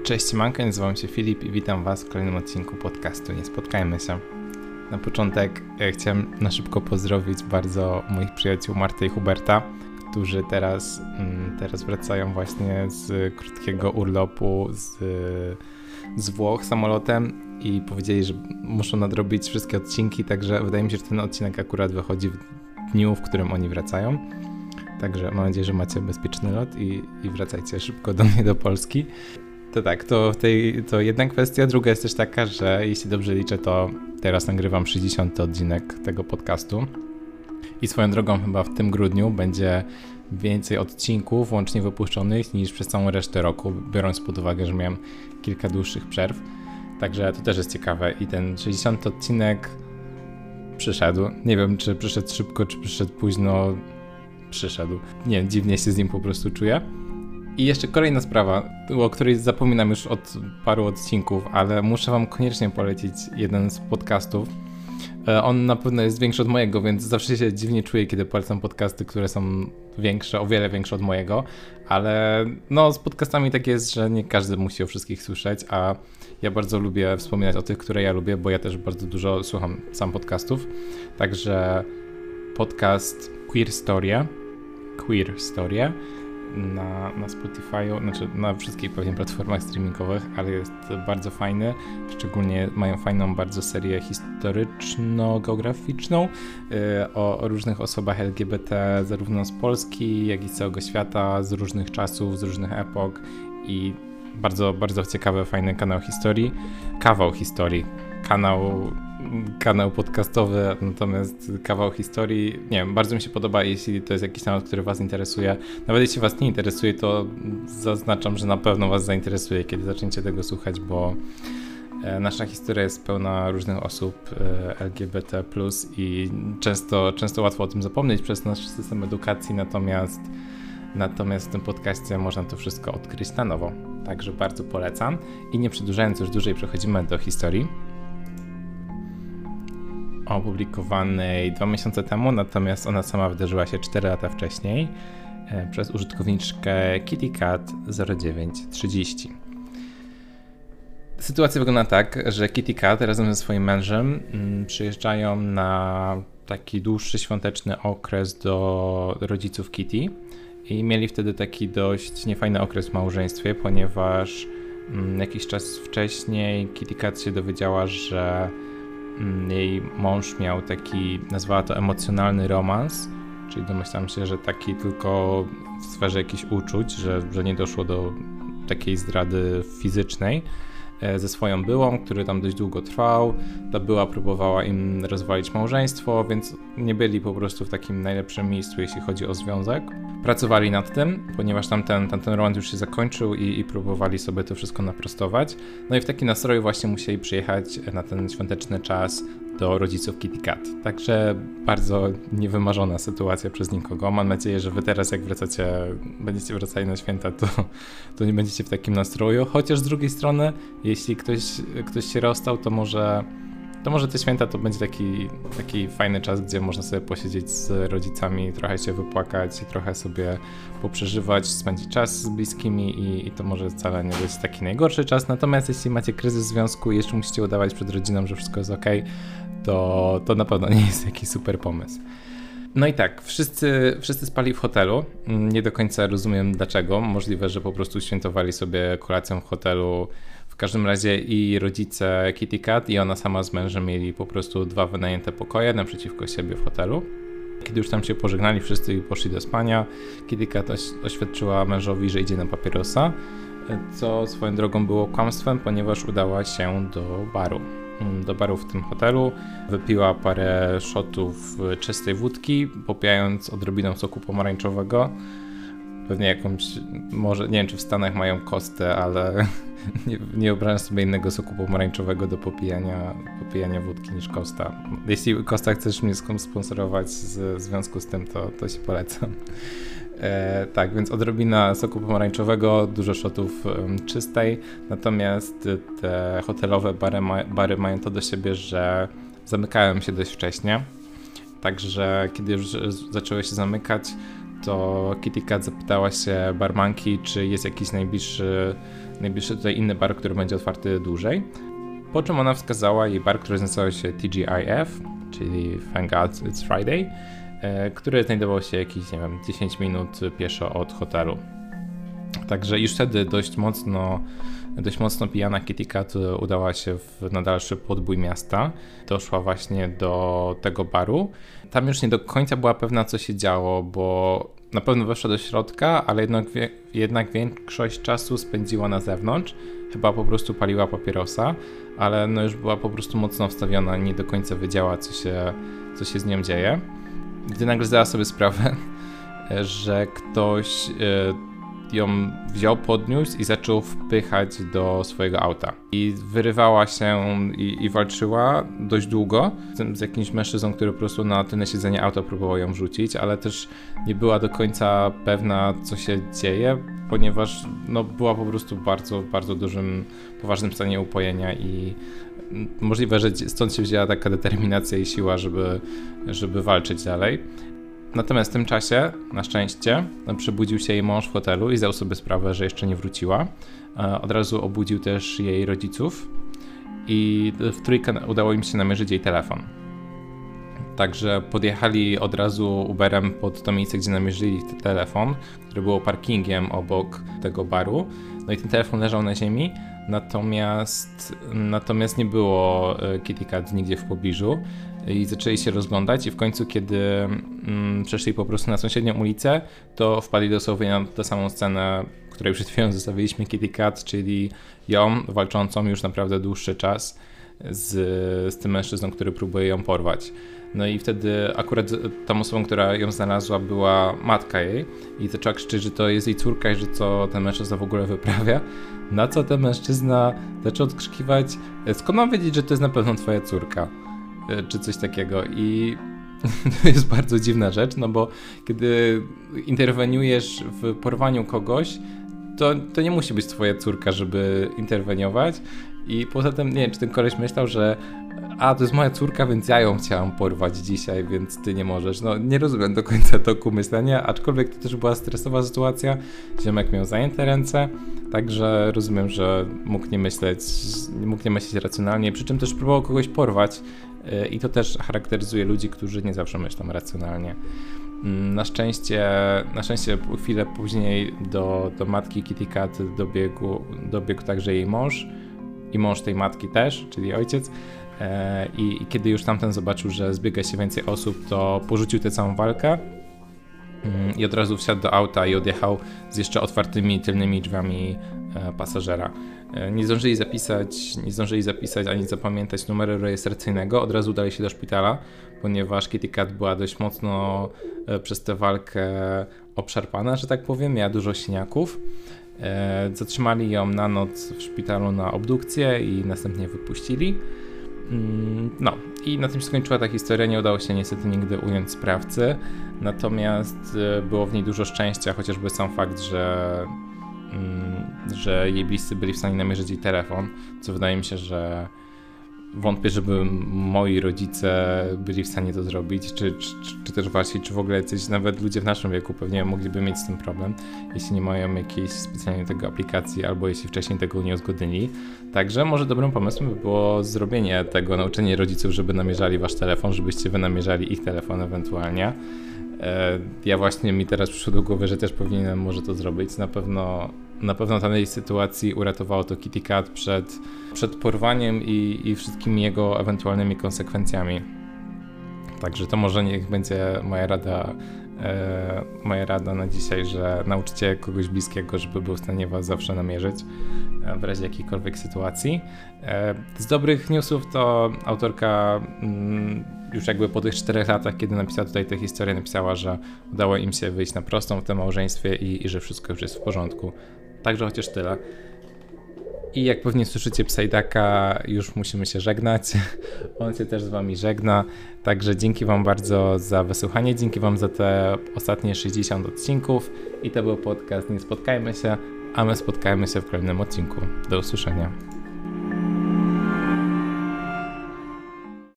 Cześć, Manka, nazywam się Filip i witam Was w kolejnym odcinku podcastu Nie Spotkajmy się. Na początek chciałem na szybko pozdrowić bardzo moich przyjaciół Martę i Huberta, którzy teraz wracają właśnie z krótkiego urlopu z Włoch samolotem i powiedzieli, że muszą nadrobić wszystkie odcinki, także wydaje mi się, że ten odcinek akurat wychodzi w dniu, w którym oni wracają. Także mam nadzieję, że macie bezpieczny lot i wracajcie szybko do mnie do Polski. To tak, to jedna kwestia. Druga jest też taka, że jeśli dobrze liczę, to teraz nagrywam 60. odcinek tego podcastu. I swoją drogą chyba w tym grudniu będzie więcej odcinków łącznie wypuszczonych niż przez całą resztę roku, biorąc pod uwagę, że miałem kilka dłuższych przerw. Także to też jest ciekawe. I ten 60. odcinek przyszedł. Nie wiem, czy przyszedł szybko, czy przyszedł późno. Przyszedł. Nie wiem, dziwnie się z nim po prostu czuję. I jeszcze kolejna sprawa, o której zapominam już od paru odcinków, ale muszę wam koniecznie polecić jeden z podcastów. On na pewno jest większy od mojego, więc zawsze się dziwnie czuję, kiedy polecam podcasty, które są większe, o wiele większe od mojego, ale no z podcastami tak jest, że nie każdy musi o wszystkich słyszeć, a ja bardzo lubię wspominać o tych, które ja lubię, bo ja też bardzo dużo słucham sam podcastów. Także podcast Queer Story na Spotify'u, znaczy na wszystkich pewnie platformach streamingowych, ale jest bardzo fajny, szczególnie mają fajną bardzo serię historyczno-geograficzną o różnych osobach LGBT, zarówno z Polski, jak i z całego świata, z różnych czasów, z różnych epok i bardzo, bardzo ciekawy, fajny kawał historii, kanał podcastowy, natomiast kawał historii, nie wiem, bardzo mi się podoba, jeśli to jest jakiś temat, który was interesuje. Nawet jeśli was nie interesuje, to zaznaczam, że na pewno was zainteresuje, kiedy zaczniecie tego słuchać, bo nasza historia jest pełna różnych osób LGBT+, i często łatwo o tym zapomnieć przez nasz system edukacji, natomiast w tym podcaście można to wszystko odkryć na nowo. Także bardzo polecam. I nie przedłużając już dłużej, przechodzimy do historii opublikowanej 2 miesiące temu, natomiast ona sama wydarzyła się 4 lata wcześniej przez użytkowniczkę KittyCat0930. Sytuacja wygląda tak, że Kitty Cat razem ze swoim mężem przyjeżdżają na taki dłuższy świąteczny okres do rodziców Kitty i mieli wtedy taki dość niefajny okres w małżeństwie, ponieważ jakiś czas wcześniej Kitty Cat się dowiedziała, że jej mąż miał taki, nazwała to emocjonalny romans, czyli domyślam się, że taki tylko w sferze jakichś uczuć, że nie doszło do takiej zdrady fizycznej ze swoją byłą, który tam dość długo trwał. Ta była próbowała im rozwalić małżeństwo, więc nie byli po prostu w takim najlepszym miejscu, jeśli chodzi o związek. Pracowali nad tym, ponieważ tamten romans już się zakończył i próbowali sobie to wszystko naprostować. No i w takim nastroju właśnie musieli przyjechać na ten świąteczny czas do rodziców Kitty Cat. Także bardzo niewymarzona sytuacja przez nikogo. Mam nadzieję, że wy teraz jak będziecie wracali na święta, to nie będziecie w takim nastroju. Chociaż z drugiej strony, jeśli ktoś się rozstał, to może te święta to będzie taki fajny czas, gdzie można sobie posiedzieć z rodzicami, trochę się wypłakać i trochę sobie poprzeżywać, spędzić czas z bliskimi i to może wcale nie być taki najgorszy czas. Natomiast jeśli macie kryzys w związku i jeszcze musicie udawać przed rodziną, że wszystko jest okej, to na pewno nie jest jakiś super pomysł. No i tak, wszyscy spali w hotelu. Nie do końca rozumiem dlaczego. Możliwe, że po prostu świętowali sobie kolacją w hotelu. W każdym razie i rodzice Kitty Cat i ona sama z mężem mieli po prostu 2 wynajęte pokoje naprzeciwko siebie w hotelu. Kiedy już tam się pożegnali wszyscy i poszli do spania, Kitty Cat oświadczyła mężowi, że idzie na papierosa, co swoją drogą było kłamstwem, ponieważ udała się do baru w tym hotelu, wypiła parę shotów czystej wódki, popijając odrobiną soku pomarańczowego. Pewnie jakąś, może nie wiem, czy w Stanach mają kostę, ale nie wyobrażam sobie innego soku pomarańczowego do popijania wódki niż kosta. Jeśli Kosta chcesz mnie sponsorować w związku z tym, to się polecam. Tak, więc odrobina soku pomarańczowego, dużo shotów czystej, natomiast te hotelowe bary mają to do siebie, że zamykają się dość wcześnie, także kiedy już zaczęły się zamykać, to Kitty Cat zapytała się barmanki, czy jest jakiś najbliższy tutaj inny bar, który będzie otwarty dłużej. Po czym ona wskazała jej bar, który nazywał się TGIF, czyli Thank God It's Friday, który znajdował się jakieś, 10 minut pieszo od hotelu. Także już wtedy dość mocno pijana Kitty Cat udała się na dalszy podbój miasta. Doszła właśnie do tego baru. Tam już nie do końca była pewna, co się działo, bo na pewno weszła do środka, ale jednak większość czasu spędziła na zewnątrz. Chyba po prostu paliła papierosa, ale już była po prostu mocno wstawiona, nie do końca wiedziała, co się z nią dzieje. Gdy nagle zdała sobie sprawę, że ktoś ją wziął, podniósł i zaczął wpychać do swojego auta. I wyrywała się i walczyła dość długo z jakimś mężczyzną, który po prostu na tylne siedzenie auta próbował ją wrzucić, ale też nie była do końca pewna, co się dzieje, ponieważ była po prostu w bardzo, bardzo dużym, poważnym stanie upojenia i możliwe, że stąd się wzięła taka determinacja i siła, żeby walczyć dalej. Natomiast w tym czasie, na szczęście, przebudził się jej mąż w hotelu i zdał sobie sprawę, że jeszcze nie wróciła. Od razu obudził też jej rodziców i w trójkę udało im się namierzyć jej telefon. Także podjechali od razu Uberem pod to miejsce, gdzie namierzyli telefon, które było parkingiem obok tego baru. No i ten telefon leżał na ziemi, natomiast nie było Kitty Cat nigdzie w pobliżu. I zaczęli się rozglądać i w końcu, kiedy przeszli po prostu na sąsiednią ulicę, to wpadli dosłownie na tę samą scenę, której przed chwilą zostawiliśmy Kitty Cat, czyli ją walczącą już naprawdę dłuższy czas z tym mężczyzną, który próbuje ją porwać. No i wtedy akurat tą osobą, która ją znalazła, była matka jej i zaczęła krzyczeć, że to jest jej córka i że co ten mężczyzna w ogóle wyprawia. Na co ten mężczyzna zaczął odkrzykiwać: skąd mam wiedzieć, że to jest na pewno twoja córka? Czy coś takiego. I to jest bardzo dziwna rzecz, bo kiedy interweniujesz w porwaniu kogoś, to nie musi być twoja córka, żeby interweniować. I poza tym, nie wiem, czy ten koleś myślał, że to jest moja córka, więc ja ją chciałam porwać dzisiaj, więc ty nie możesz. Nie rozumiem do końca toku myślenia, aczkolwiek to też była stresowa sytuacja. Ziomek miał zajęte ręce, także rozumiem, że mógł nie myśleć racjonalnie, przy czym też próbował kogoś porwać i to też charakteryzuje ludzi, którzy nie zawsze myślą racjonalnie. Na szczęście chwilę później do matki Kitty Cat dobiegł także jej mąż i mąż tej matki też, czyli ojciec. I kiedy już tamten zobaczył, że zbiega się więcej osób, to porzucił tę całą walkę i od razu wsiadł do auta i odjechał z jeszcze otwartymi tylnymi drzwiami pasażera. Nie zdążyli zapisać ani zapamiętać numeru rejestracyjnego, od razu udali się do szpitala, ponieważ Kitty Cat była dość mocno przez tę walkę obszarpana, że tak powiem, miała dużo siniaków. Zatrzymali ją na noc w szpitalu na obdukcję i następnie wypuścili. I na tym się skończyła ta historia, nie udało się niestety nigdy ująć sprawcy, natomiast było w niej dużo szczęścia, chociażby sam fakt, że jej bliscy byli w stanie namierzyć jej telefon, co wydaje mi się, że wątpię, żeby moi rodzice byli w stanie to zrobić, czy też właśnie, czy w ogóle jacyś nawet ludzie w naszym wieku pewnie mogliby mieć z tym problem, jeśli nie mają jakiejś specjalnie tego aplikacji, albo jeśli wcześniej tego nie uzgodnili. Także może dobrym pomysłem by było zrobienie tego, nauczenie rodziców, żeby namierzali wasz telefon, żebyście wy namierzali ich telefon ewentualnie. Ja właśnie mi teraz przyszło do głowy, że też powinienem może to zrobić. Na pewno tej sytuacji uratowało to Kitty Cat przed porwaniem i wszystkimi jego ewentualnymi konsekwencjami. Także to może niech będzie moja rada na dzisiaj, że nauczcie kogoś bliskiego, żeby był w stanie was zawsze namierzyć w razie jakiejkolwiek sytuacji. Z dobrych newsów to autorka już jakby po tych 4 latach, kiedy napisała tutaj tę historię, napisała, że udało im się wyjść na prostą w tym małżeństwie i że wszystko już jest w porządku. Także chociaż tyle. I jak pewnie słyszycie, Psajdaka, już musimy się żegnać. On się też z wami żegna. Także dzięki wam bardzo za wysłuchanie. Dzięki wam za te ostatnie 60 odcinków. I to był podcast Nie Spotkajmy się, a my spotkajmy się w kolejnym odcinku. Do usłyszenia.